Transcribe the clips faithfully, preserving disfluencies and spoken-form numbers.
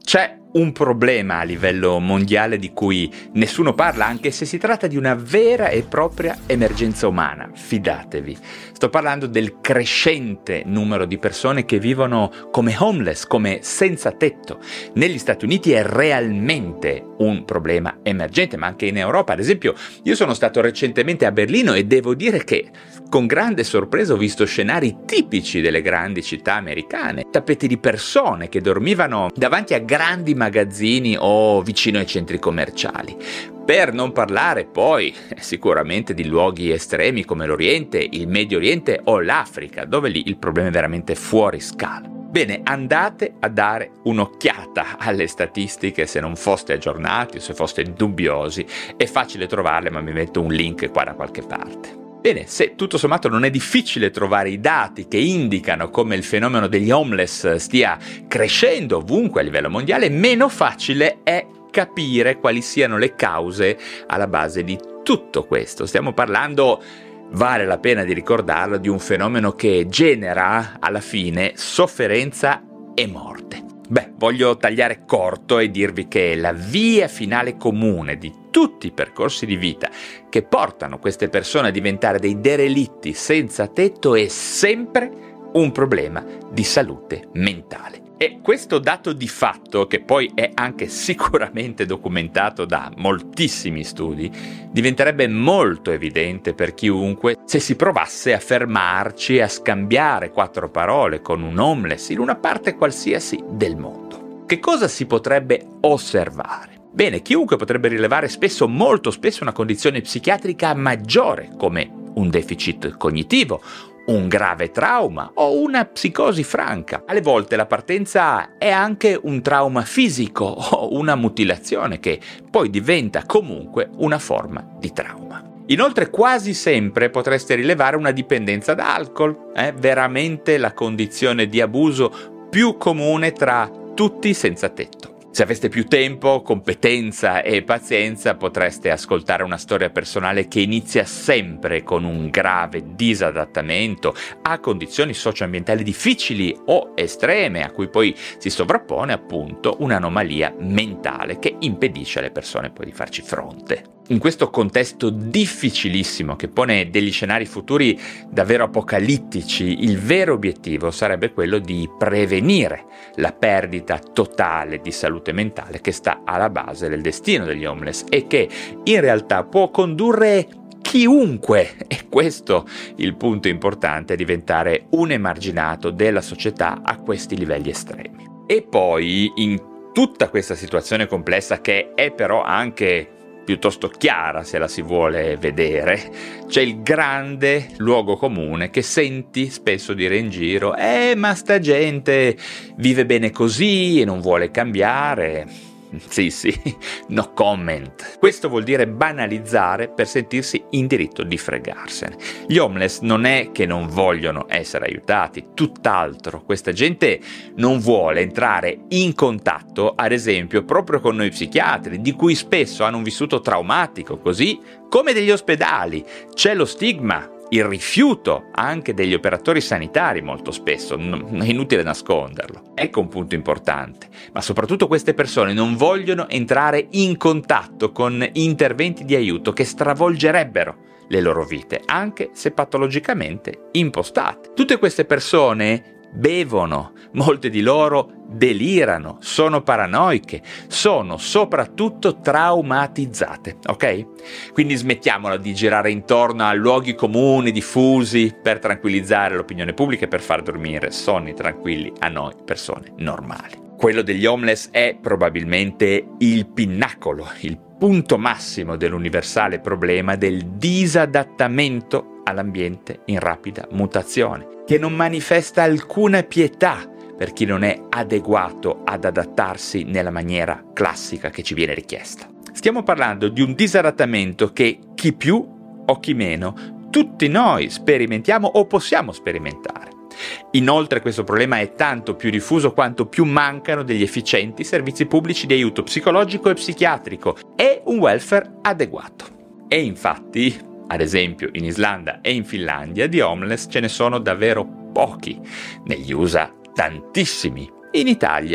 C'è un problema a livello mondiale di cui nessuno parla, anche se si tratta di una vera e propria emergenza umana, fidatevi. Sto parlando del crescente numero di persone che vivono come homeless, come senza tetto. Negli Stati Uniti è realmente un problema emergente, ma anche in Europa. Ad esempio, io sono stato recentemente a Berlino e devo dire che con grande sorpresa ho visto scenari tipici delle grandi città americane, tappeti di persone che dormivano davanti a grandi magazzini o vicino ai centri commerciali. Per non parlare poi sicuramente di luoghi estremi come l'Oriente, il Medio Oriente o l'Africa, dove lì il problema è veramente fuori scala. Bene, andate a dare un'occhiata alle statistiche se non foste aggiornati o se foste dubbiosi. È facile trovarle, ma mi metto un link qua da qualche parte. Bene, se tutto sommato non è difficile trovare i dati che indicano come il fenomeno degli homeless stia crescendo ovunque a livello mondiale, meno facile è capire quali siano le cause alla base di tutto questo. Stiamo parlando, vale la pena di ricordarlo, di un fenomeno che genera alla fine sofferenza e morte. Beh, voglio tagliare corto e dirvi che la via finale comune di tutti i percorsi di vita che portano queste persone a diventare dei derelitti senza tetto è sempre un problema di salute mentale. E questo dato di fatto, che poi è anche sicuramente documentato da moltissimi studi, diventerebbe molto evidente per chiunque se si provasse a fermarci e a scambiare quattro parole con un homeless in una parte qualsiasi del mondo. Che cosa si potrebbe osservare? Bene, chiunque potrebbe rilevare spesso, molto spesso, una condizione psichiatrica maggiore, come un deficit cognitivo, un grave trauma o una psicosi franca. Alle volte la partenza è anche un trauma fisico o una mutilazione che poi diventa comunque una forma di trauma. Inoltre quasi sempre potreste rilevare una dipendenza da alcol, eh? veramente la condizione di abuso più comune tra tutti senza tetto. Se aveste più tempo, competenza e pazienza, potreste ascoltare una storia personale che inizia sempre con un grave disadattamento a condizioni socioambientali difficili o estreme, a cui poi si sovrappone appunto un'anomalia mentale che impedisce alle persone poi di farci fronte. In questo contesto difficilissimo che pone degli scenari futuri davvero apocalittici, il vero obiettivo sarebbe quello di prevenire la perdita totale di salute mentale che sta alla base del destino degli homeless e che in realtà può condurre chiunque, e questo il punto importante, a diventare un emarginato della società a questi livelli estremi. E poi in tutta questa situazione complessa, che è però anche piuttosto chiara se la si vuole vedere, c'è il grande luogo comune che senti spesso dire in giro: eh ma sta gente vive bene così e non vuole cambiare. Sì sì, no comment. Questo vuol dire banalizzare per sentirsi in diritto di fregarsene. Gli homeless non è che non vogliono essere aiutati, tutt'altro. Questa gente non vuole entrare in contatto, ad esempio, proprio con noi psichiatri, di cui spesso hanno un vissuto traumatico, così come degli ospedali. C'è lo stigma, il rifiuto anche degli operatori sanitari molto spesso, è inutile nasconderlo. Ecco un punto importante, ma soprattutto queste persone non vogliono entrare in contatto con interventi di aiuto che stravolgerebbero le loro vite, anche se patologicamente impostate. Tutte queste persone bevono, molte di loro delirano, sono paranoiche, sono soprattutto traumatizzate, ok? Quindi smettiamola di girare intorno a luoghi comuni diffusi per tranquillizzare l'opinione pubblica e per far dormire sonni tranquilli a noi persone normali. Quello degli homeless è probabilmente il pinnacolo, il punto massimo dell'universale problema del disadattamento all'ambiente in rapida mutazione, che non manifesta alcuna pietà per chi non è adeguato ad adattarsi nella maniera classica che ci viene richiesta. Stiamo parlando di un disadattamento che chi più o chi meno, tutti noi sperimentiamo o possiamo sperimentare. Inoltre questo problema è tanto più diffuso quanto più mancano degli efficienti servizi pubblici di aiuto psicologico e psichiatrico e un welfare adeguato. E infatti, ad esempio in Islanda e in Finlandia, di homeless ce ne sono davvero pochi. Negli U S A tantissimi. In Italia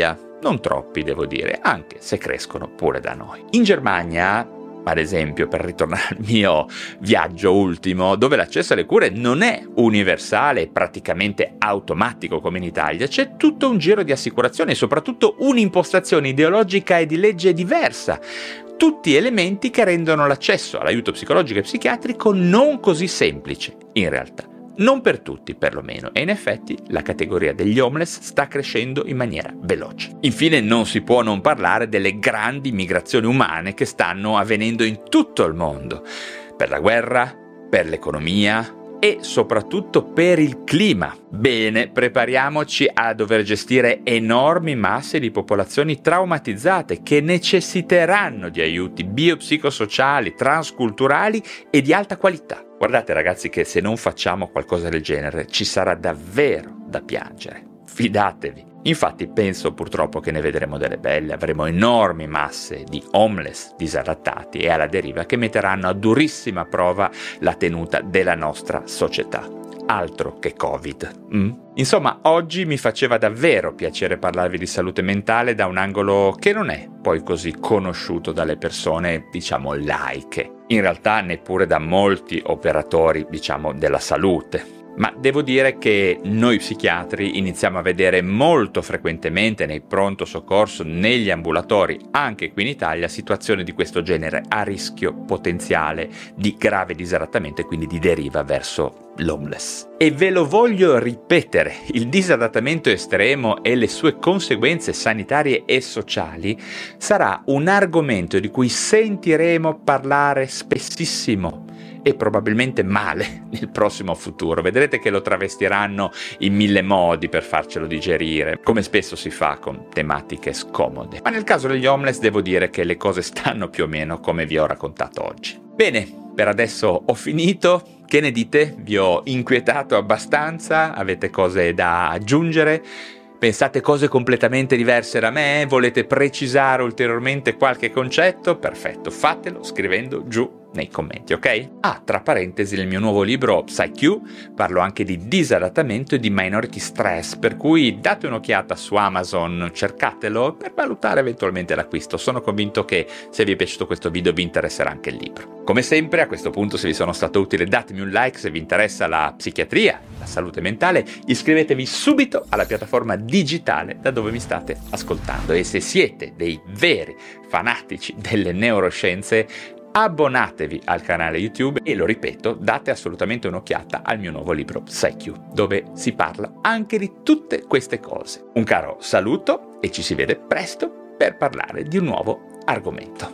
non troppi devo dire, anche se crescono pure da noi. In Germania, ad esempio, per ritornare al mio viaggio ultimo, dove l'accesso alle cure non è universale e praticamente automatico come in Italia, c'è tutto un giro di assicurazioni e soprattutto un'impostazione ideologica e di legge diversa. Tutti elementi che rendono l'accesso all'aiuto psicologico e psichiatrico non così semplice, in realtà. Non per tutti, perlomeno, e in effetti la categoria degli homeless sta crescendo in maniera veloce. Infine non si può non parlare delle grandi migrazioni umane che stanno avvenendo in tutto il mondo, per la guerra, per l'economia e soprattutto per il clima. Bene, prepariamoci a dover gestire enormi masse di popolazioni traumatizzate che necessiteranno di aiuti biopsicosociali, transculturali e di alta qualità. Guardate ragazzi che se non facciamo qualcosa del genere ci sarà davvero da piangere. Fidatevi. Infatti penso purtroppo che ne vedremo delle belle, avremo enormi masse di homeless disadattati e alla deriva che metteranno a durissima prova la tenuta della nostra società. Altro che Covid. Mm? Insomma, oggi mi faceva davvero piacere parlarvi di salute mentale da un angolo che non è poi così conosciuto dalle persone, diciamo, laiche. In realtà neppure da molti operatori, diciamo, della salute. Ma devo dire che noi psichiatri iniziamo a vedere molto frequentemente nei pronto soccorso, negli ambulatori, anche qui in Italia, situazioni di questo genere a rischio potenziale di grave disadattamento e quindi di deriva verso l'homeless. E ve lo voglio ripetere, il disadattamento estremo e le sue conseguenze sanitarie e sociali sarà un argomento di cui sentiremo parlare spessissimo e probabilmente male nel prossimo futuro. Vedrete che lo travestiranno in mille modi per farcelo digerire, come spesso si fa con tematiche scomode. Ma nel caso degli homeless devo dire che le cose stanno più o meno come vi ho raccontato oggi. Bene, per adesso ho finito. Che ne dite? Vi ho inquietato abbastanza? Avete cose da aggiungere? Pensate cose completamente diverse da me? Volete precisare ulteriormente qualche concetto? Perfetto, fatelo scrivendo giù nei commenti, ok? Ah, tra parentesi, nel mio nuovo libro PsyQ parlo anche di disadattamento e di minority stress, per cui date un'occhiata su Amazon, cercatelo per valutare eventualmente l'acquisto. Sono convinto che se vi è piaciuto questo video vi interesserà anche il libro. Come sempre, a questo punto, se vi sono stato utile, datemi un like. Se vi interessa la psichiatria, la salute mentale, iscrivetevi subito alla piattaforma digitale da dove mi state ascoltando. E se siete dei veri fanatici delle neuroscienze, abbonatevi al canale YouTube e, lo ripeto, date assolutamente un'occhiata al mio nuovo libro PsyQ, dove si parla anche di tutte queste cose. Un caro saluto e ci si vede presto per parlare di un nuovo argomento.